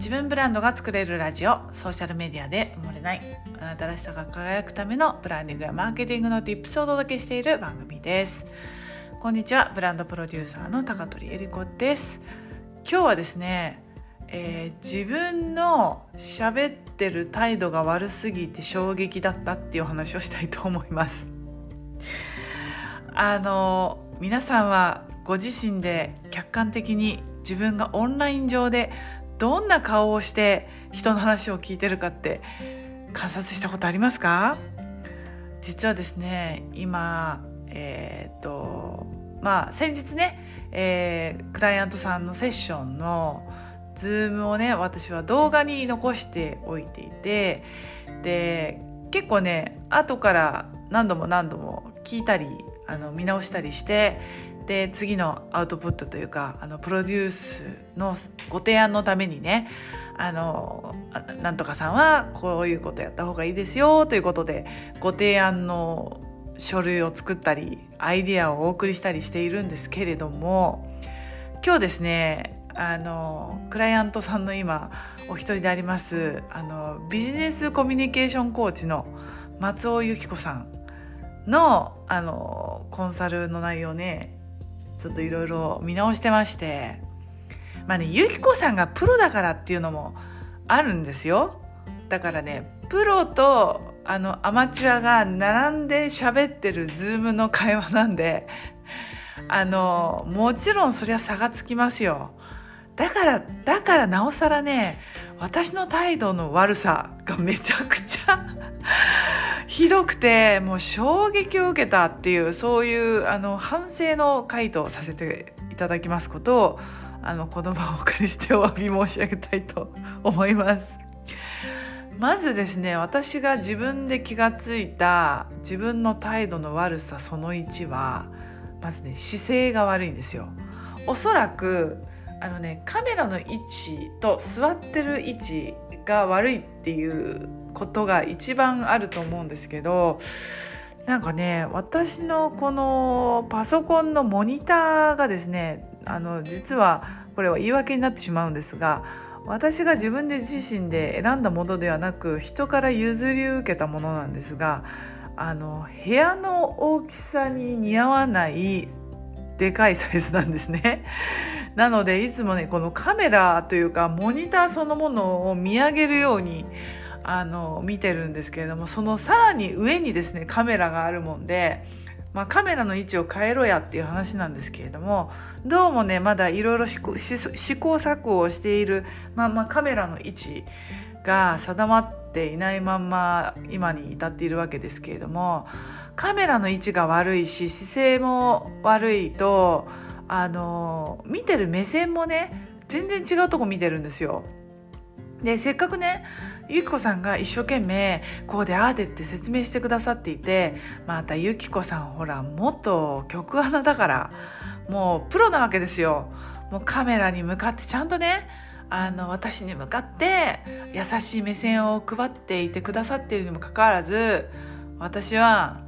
自分ブランドが作れるラジオ、ソーシャルメディアで埋もれないあなたらしさが輝くためのブランディングやマーケティングの Tips をお届けしている番組です。こんにちは、ブランドプロデューサーの高取恵理子です。今日はですね、自分の喋ってる態度が悪すぎて衝撃だったっていうお話をしたいと思います。皆さんはご自身で客観的に自分がオンライン上でどんな顔をして人の話を聞いてるかって観察したことありますか？実はですね、今先日ね、クライアントさんのセッションのズームをね、私は動画に残しておいていて、で結構ね、後から何度も聞いたり見直したりして、で次のアウトプットというかプロデュースのご提案のためにね、なんとかさんはこういうことやった方がいいですよということでご提案の書類を作ったりアイディアをお送りしたりしているんですけれども、今日ですね、クライアントさんの今お一人でありますビジネスコミュニケーションコーチの松尾由紀子さんのコンサルの内容ね、ちょっといろいろ見直してまして、由紀子さんがプロだからっていうのもあるんですよ。だからね、プロとアマチュアが並んで喋ってるズームの会話なんで、もちろんそりゃ差がつきますよ。だからなおさらね、私の態度の悪さがめちゃくちゃひどくて、もう衝撃を受けたっていう、そういう反省の回答させていただきますことをこの場をお借りしてお詫び申し上げたいと思います。まずですね、私が自分で気がついた自分の態度の悪さその1は、まずね、姿勢が悪いんですよ。おそらくカメラの位置と座ってる位置が悪いっていうことが一番あると思うんですけど、なんかね、私のこのパソコンのモニターがですね、実はこれは言い訳になってしまうんですが、私が自分で自身で選んだものではなく人から譲り受けたものなんですが、部屋の大きさに似合わないでかいサイズなんですね。なのでいつもね、このカメラというかモニターそのものを見上げるように見てるんですけれども、そのさらに上にですねカメラがあるもんで、カメラの位置を変えろやっていう話なんですけれども、どうもね、まだいろいろ試行錯誤をしているカメラの位置が定まっていないまんま今に至っているわけですけれども、カメラの位置が悪いし姿勢も悪いと見てる目線もね、全然違うとこ見てるんですよ。でせっかくね、ゆきこさんが一生懸命こうでああでって説明してくださっていて、またゆきこさんほら元局アナだからもうプロなわけですよ。もうカメラに向かってちゃんとね、私に向かって優しい目線を配っていてくださっているにもかかわらず、私は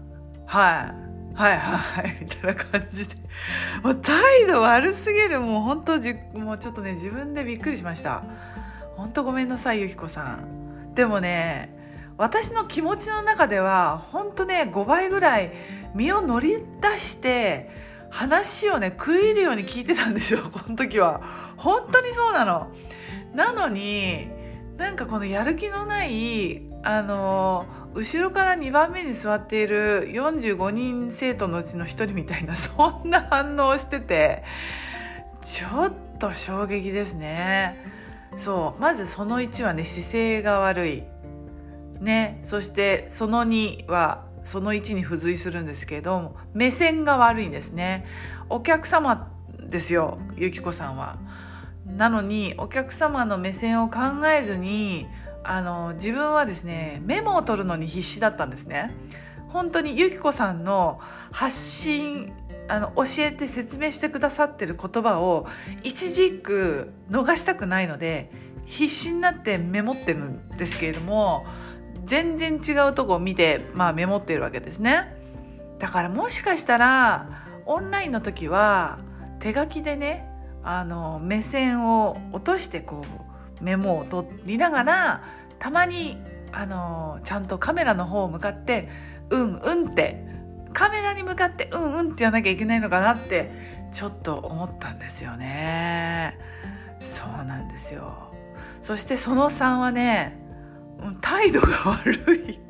はいみたいな感じで、もう態度悪すぎる。もう本当もうちょっとね、自分でびっくりしました。本当ごめんなさい、ゆきこさん。でもね、私の気持ちの中では本当ね、5倍ぐらい身を乗り出して話をね食い入るように聞いてたんですよ。この時は本当にそうなの。なのになんかこのやる気のない後ろから2番目に座っている45人生徒のうちの1人みたいな、そんな反応をしてて、ちょっと衝撃ですね。そう、まずその1はね、姿勢が悪いね。そしてその2はその1に付随するんですけど、目線が悪いんですね。お客様ですよ、ゆきこさんは。なのにお客様の目線を考えずに自分はですね、メモを取るのに必死だったんですね。本当にゆきこさんの発信教えて説明してくださってる言葉を一字一句逃したくないので必死になってメモってるんですけれども、全然違うとこを見て、メモってるわけですね。だからもしかしたらオンラインの時は手書きでね、目線を落としてこうメモを取りながら、たまにちゃんとカメラの方を向かってうんうんってカメラに向かってうんうんって言わなきゃいけないのかなってちょっと思ったんですよね。そうなんですよ。そしてその3はね、態度が悪い。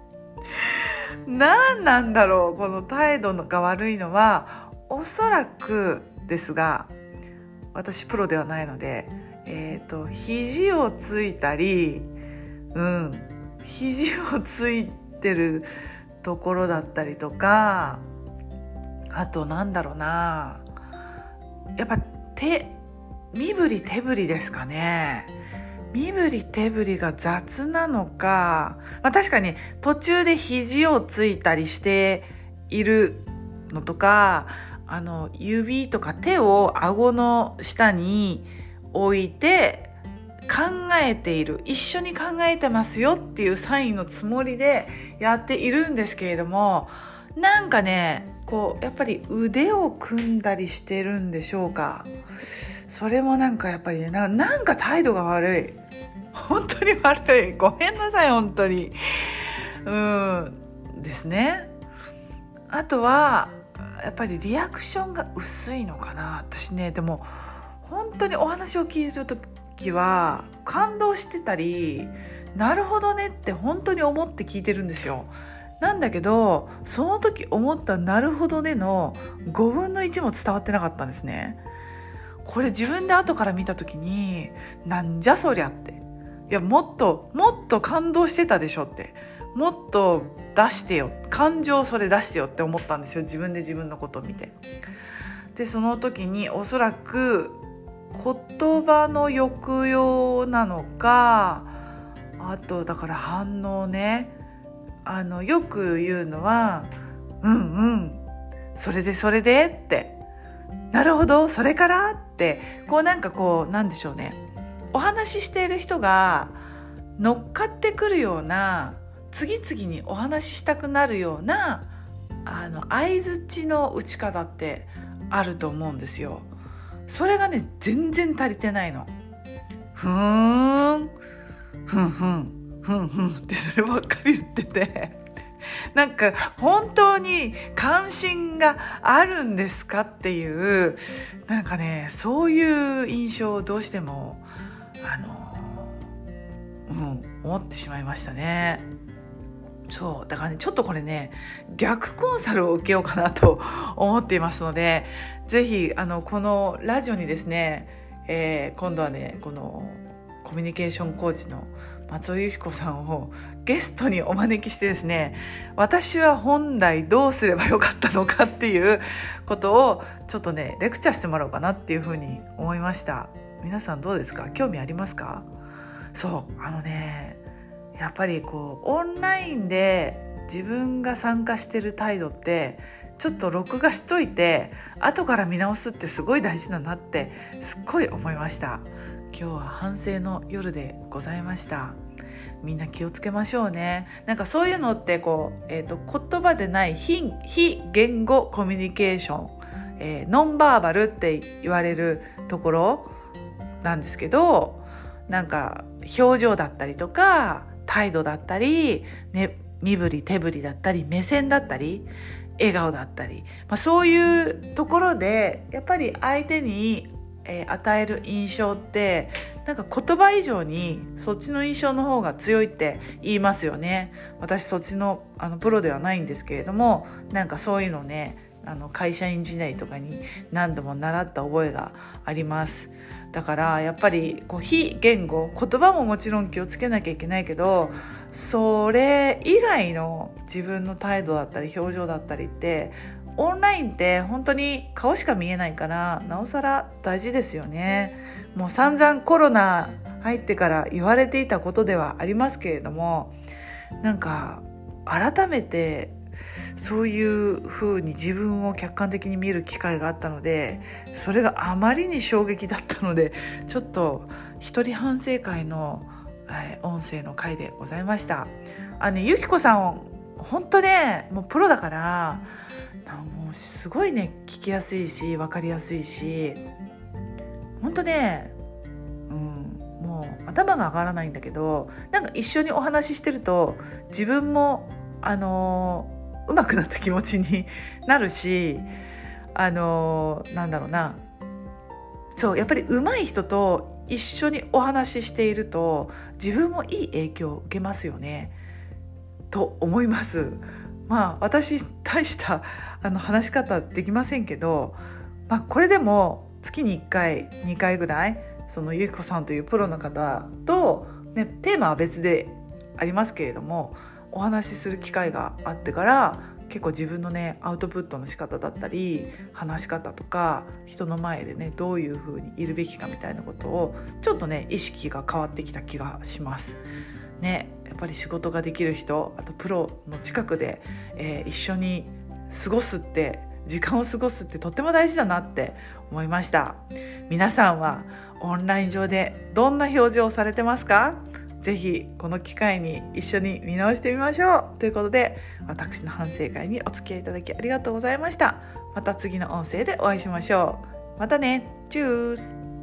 何なんだろう、この態度が悪いのは。おそらくですが、私プロではないので、肘をついたり、肘をついてるところだったりとか、あとなんだろうな、やっぱ身振り手振りですかね。身振り手振りが雑なのか、確かに途中で肘をついたりしているのとか、指とか手を顎の下に置いて考えている、一緒に考えてますよっていうサインのつもりでやっているんですけれども、なんかね、やっぱり腕を組んだりしてるんでしょうか。それもなんかやっぱりね、なんか態度が悪い。本当に悪い。ごめんなさい、本当に。ですね。あとはやっぱりリアクションが薄いのかな。私ね、でも本当にお話を聞いてる時は感動してたり、なるほどねって本当に思って聞いてるんですよ。なんだけど、その時思ったなるほどねの5分の1も伝わってなかったんですね。これ自分で後から見た時に、なんじゃそりゃって、いやもっと感動してたでしょって、もっと出してよ、感情それ出してよって思ったんですよ、自分で自分のことを見て。でその時におそらく言葉の抑揚なのか、あとだから反応ね、よく言うのはそれでって、なるほどそれからって、なんでしょうね、お話ししている人が乗っかってくるような、次々にお話ししたくなるような相槌の打ち方ってあると思うんですよ。それがね、全然足りてないの。ふんってそればっかり言ってて、なんか本当に関心があるんですかっていう、なんかね、そういう印象をどうしても思ってしまいましたね。そうだからね、ちょっとこれね、逆コンサルを受けようかなと思っていますので、ぜひこのラジオにですね、今度はね、このコミュニケーションコーチの松尾由紀子さんをゲストにお招きしてですね、私は本来どうすればよかったのかっていうことをちょっとね、レクチャーしてもらおうかなっていうふうに思いました。皆さんどうですか？興味ありますか？そうやっぱりオンラインで自分が参加してる態度ってちょっと録画しといて後から見直すってすごい大事だなってすっごい思いました。今日は反省の夜でございました。みんな気をつけましょうね。なんかそういうのって言葉でない非言語コミュニケーション、ノンバーバルって言われるところなんですけど、なんか表情だったりとか態度だったり、ね、身振り手振りだったり目線だったり笑顔だったり、そういうところでやっぱり相手に与える印象ってなんか言葉以上にそっちの印象の方が強いって言いますよね。私そっちのプロではないんですけれども、なんかそういうのね、会社員時代とかに何度も習った覚えがあります。だからやっぱり非言語、言葉ももちろん気をつけなきゃいけないけど、それ以外の自分の態度だったり表情だったりってオンラインって本当に顔しか見えないから、なおさら大事ですよね。もう散々コロナ入ってから言われていたことではありますけれども、なんか改めてそういう風に自分を客観的に見る機会があったので、それがあまりに衝撃だったので、ちょっと一人反省会の音声の回でございました。ゆきこさん本当ね、もうプロだからもうすごいね、聞きやすいし分かりやすいし、本当ね、ももう頭が上がらないんだけど、なんか一緒にお話ししてると自分も上手くなった気持ちになるし、なんだろうな、そうやっぱり上手い人と一緒にお話ししていると自分もいい影響を受けますよねと思います。私大した話し方できませんけど、これでも月に1回2回ぐらいそのゆきこさんというプロの方と、ね、テーマは別でありますけれどもお話しする機会があってから結構自分のねアウトプットの仕方だったり話し方とか人の前でねどういう風にいるべきかみたいなことをちょっとね意識が変わってきた気がしますね。やっぱり仕事ができる人、あとプロの近くで、一緒に過ごすって時間を過ごすってとっても大事だなって思いました。皆さんはオンライン上でどんな表情をされてますか？ぜひこの機会に一緒に見直してみましょうということで、私の反省会にお付き合いいただきありがとうございました。また次の音声でお会いしましょう。またね。チュース。